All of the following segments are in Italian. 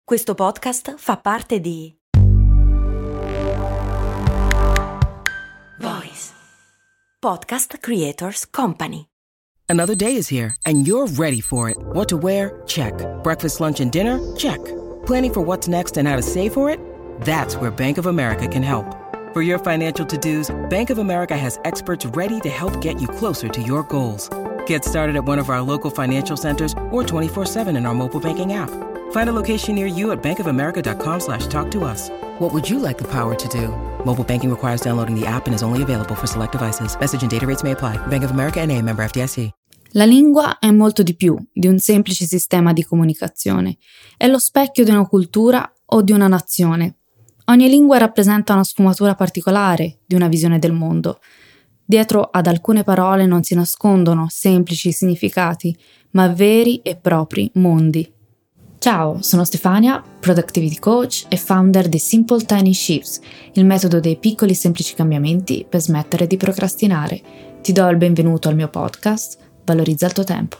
Questo podcast fa parte di Voice Podcast Creators Company. Another day is here, and you're ready for it. What to wear? Check. Breakfast, lunch, and dinner? Check. Planning for what's next and how to save for it? That's where Bank of America can help. For your financial to-dos, Bank of America has experts ready to help get you closer to your goals. Get started at one of our local financial centers or 24/7 in our mobile banking app. Find a location near you at bankofamerica.com/talktous. What would you like the power to do? Mobile banking requires downloading the app and is only available for select devices. Message and data rates may apply. Bank of America N.A., member FDIC. La lingua è molto di più di un semplice sistema di comunicazione. È lo specchio di una cultura o di una nazione. Ogni lingua rappresenta una sfumatura particolare di una visione del mondo. Dietro ad alcune parole non si nascondono semplici significati, ma veri e propri mondi. Ciao, sono Stefania, Productivity Coach e founder di Simple Tiny Shifts, il metodo dei piccoli semplici cambiamenti per smettere di procrastinare. Ti do il benvenuto al mio podcast, Valorizza il tuo tempo.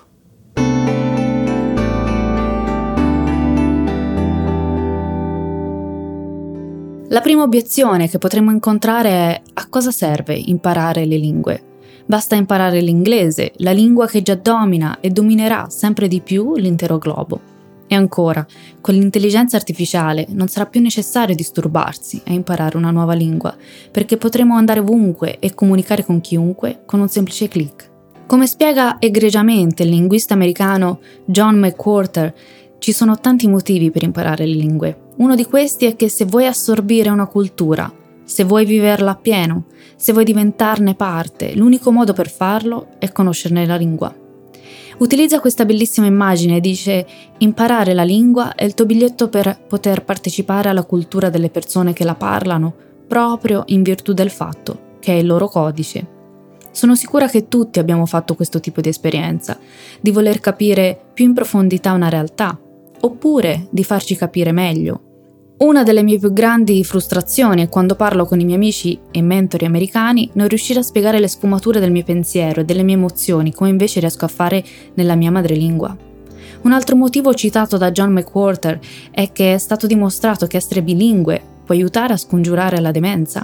La prima obiezione che potremmo incontrare è: a cosa serve imparare le lingue? Basta imparare l'inglese, la lingua che già domina e dominerà sempre di più l'intero globo. E ancora, con l'intelligenza artificiale non sarà più necessario disturbarsi a imparare una nuova lingua, perché potremo andare ovunque e comunicare con chiunque con un semplice click. Come spiega egregiamente il linguista americano John McWhorter, ci sono tanti motivi per imparare le lingue. Uno di questi è che se vuoi assorbire una cultura, se vuoi viverla appieno, se vuoi diventarne parte, l'unico modo per farlo è conoscerne la lingua. Utilizza questa bellissima immagine e dice: imparare la lingua è il tuo biglietto per poter partecipare alla cultura delle persone che la parlano, proprio in virtù del fatto che è il loro codice. Sono sicura che tutti abbiamo fatto questo tipo di esperienza, di voler capire più in profondità una realtà, oppure di farci capire meglio. Una delle mie più grandi frustrazioni è quando parlo con i miei amici e mentori americani non riuscire a spiegare le sfumature del mio pensiero e delle mie emozioni come invece riesco a fare nella mia madrelingua. Un altro motivo citato da John McWhorter è che è stato dimostrato che essere bilingue può aiutare a scongiurare la demenza.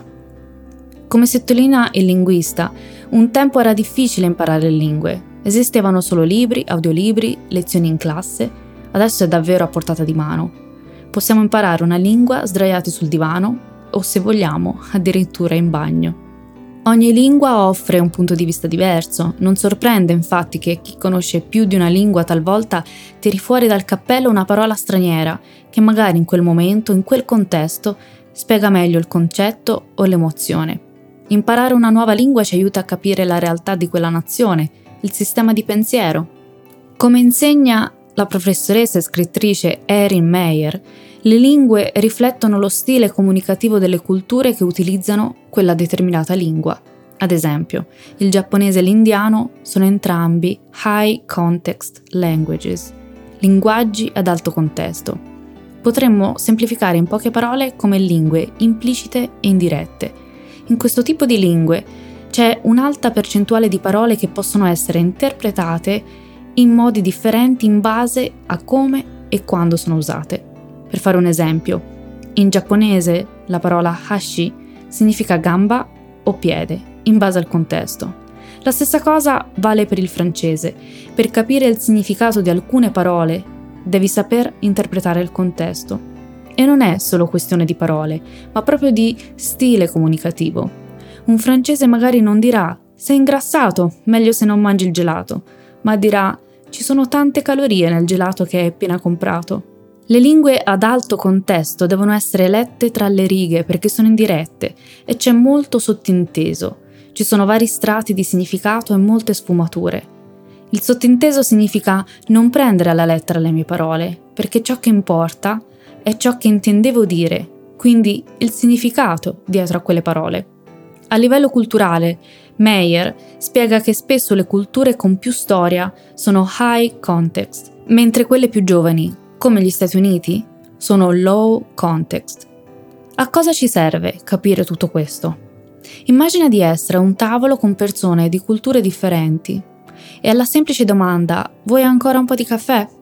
Come sottolinea il linguista, un tempo era difficile imparare le lingue. Esistevano solo libri, audiolibri, lezioni in classe. Adesso è davvero a portata di mano. Possiamo imparare una lingua sdraiati sul divano o, se vogliamo, addirittura in bagno. Ogni lingua offre un punto di vista diverso. Non sorprende infatti che chi conosce più di una lingua talvolta tiri fuori dal cappello una parola straniera che magari in quel momento, in quel contesto, spiega meglio il concetto o l'emozione. Imparare una nuova lingua ci aiuta a capire la realtà di quella nazione, il sistema di pensiero. Come insegna la professoressa e scrittrice Erin Meyer, le lingue riflettono lo stile comunicativo delle culture che utilizzano quella determinata lingua. Ad esempio, il giapponese e l'indiano sono entrambi high context languages, linguaggi ad alto contesto. Potremmo semplificare in poche parole come lingue implicite e indirette. In questo tipo di lingue c'è un'alta percentuale di parole che possono essere interpretate in modi differenti in base a come e quando sono usate. Per fare un esempio, in giapponese la parola hashi significa gamba o piede, in base al contesto. La stessa cosa vale per il francese. Per capire il significato di alcune parole, devi saper interpretare il contesto. E non è solo questione di parole, ma proprio di stile comunicativo. Un francese magari non dirà «sei ingrassato, meglio se non mangi il gelato», ma dirà «ci sono tante calorie nel gelato che hai appena comprato». Le lingue ad alto contesto devono essere lette tra le righe perché sono indirette e c'è molto sottinteso. Ci sono vari strati di significato e molte sfumature. Il sottinteso significa non prendere alla lettera le mie parole, perché ciò che importa è ciò che intendevo dire, quindi il significato dietro a quelle parole. A livello culturale, Meyer spiega che spesso le culture con più storia sono high context, mentre quelle più giovani, come gli Stati Uniti, sono low context. A cosa ci serve capire tutto questo? Immagina di essere a un tavolo con persone di culture differenti e alla semplice domanda «Vuoi ancora un po' di caffè?»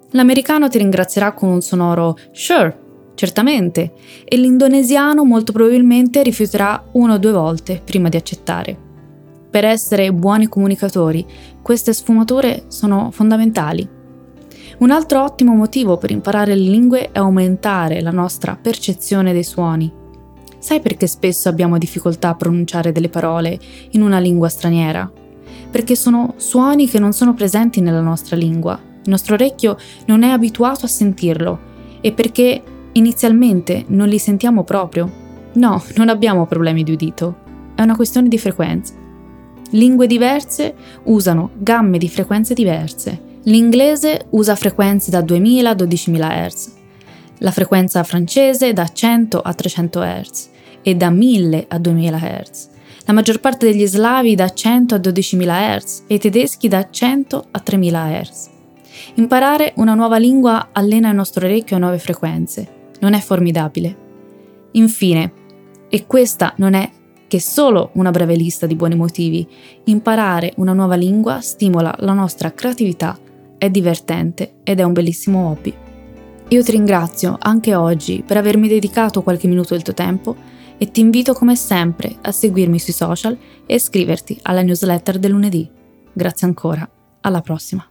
L'americano ti ringrazierà con un sonoro "sure", certamente, e l'indonesiano molto probabilmente rifiuterà 1 o 2 volte prima di accettare. Per essere buoni comunicatori, queste sfumature sono fondamentali. Un altro ottimo motivo per imparare le lingue è aumentare la nostra percezione dei suoni. Sai perché spesso abbiamo difficoltà a pronunciare delle parole in una lingua straniera? Perché sono suoni che non sono presenti nella nostra lingua. Il nostro orecchio non è abituato a sentirlo e perché inizialmente non li sentiamo proprio. No, non abbiamo problemi di udito, è una questione di frequenze. Lingue diverse usano gamme di frequenze diverse. L'inglese usa frequenze da 2000 a 12.000 Hz, la frequenza francese da 100 a 300 Hz e da 1000 a 2000 Hz. La maggior parte degli slavi da 100 a 12.000 Hz e i tedeschi da 100 a 3.000 Hz. Imparare una nuova lingua allena il nostro orecchio a nuove frequenze. Non è formidabile? Infine, e questa non è che solo una breve lista di buoni motivi, imparare una nuova lingua stimola la nostra creatività, è divertente ed è un bellissimo hobby. Io ti ringrazio anche oggi per avermi dedicato qualche minuto del tuo tempo e ti invito come sempre a seguirmi sui social e iscriverti alla newsletter del lunedì. Grazie ancora, alla prossima!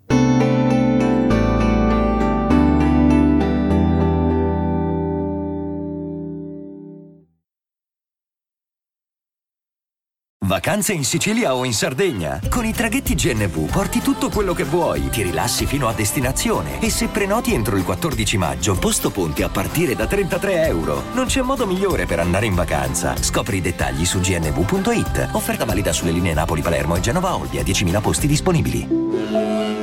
Vacanze in Sicilia o in Sardegna? Con i traghetti GNV porti tutto quello che vuoi, ti rilassi fino a destinazione e se prenoti entro il 14 maggio, posto ponti a partire da €33. Non c'è modo migliore per andare in vacanza. Scopri i dettagli su gnv.it. Offerta valida sulle linee Napoli-Palermo e Genova-Olbia, 10.000 posti disponibili.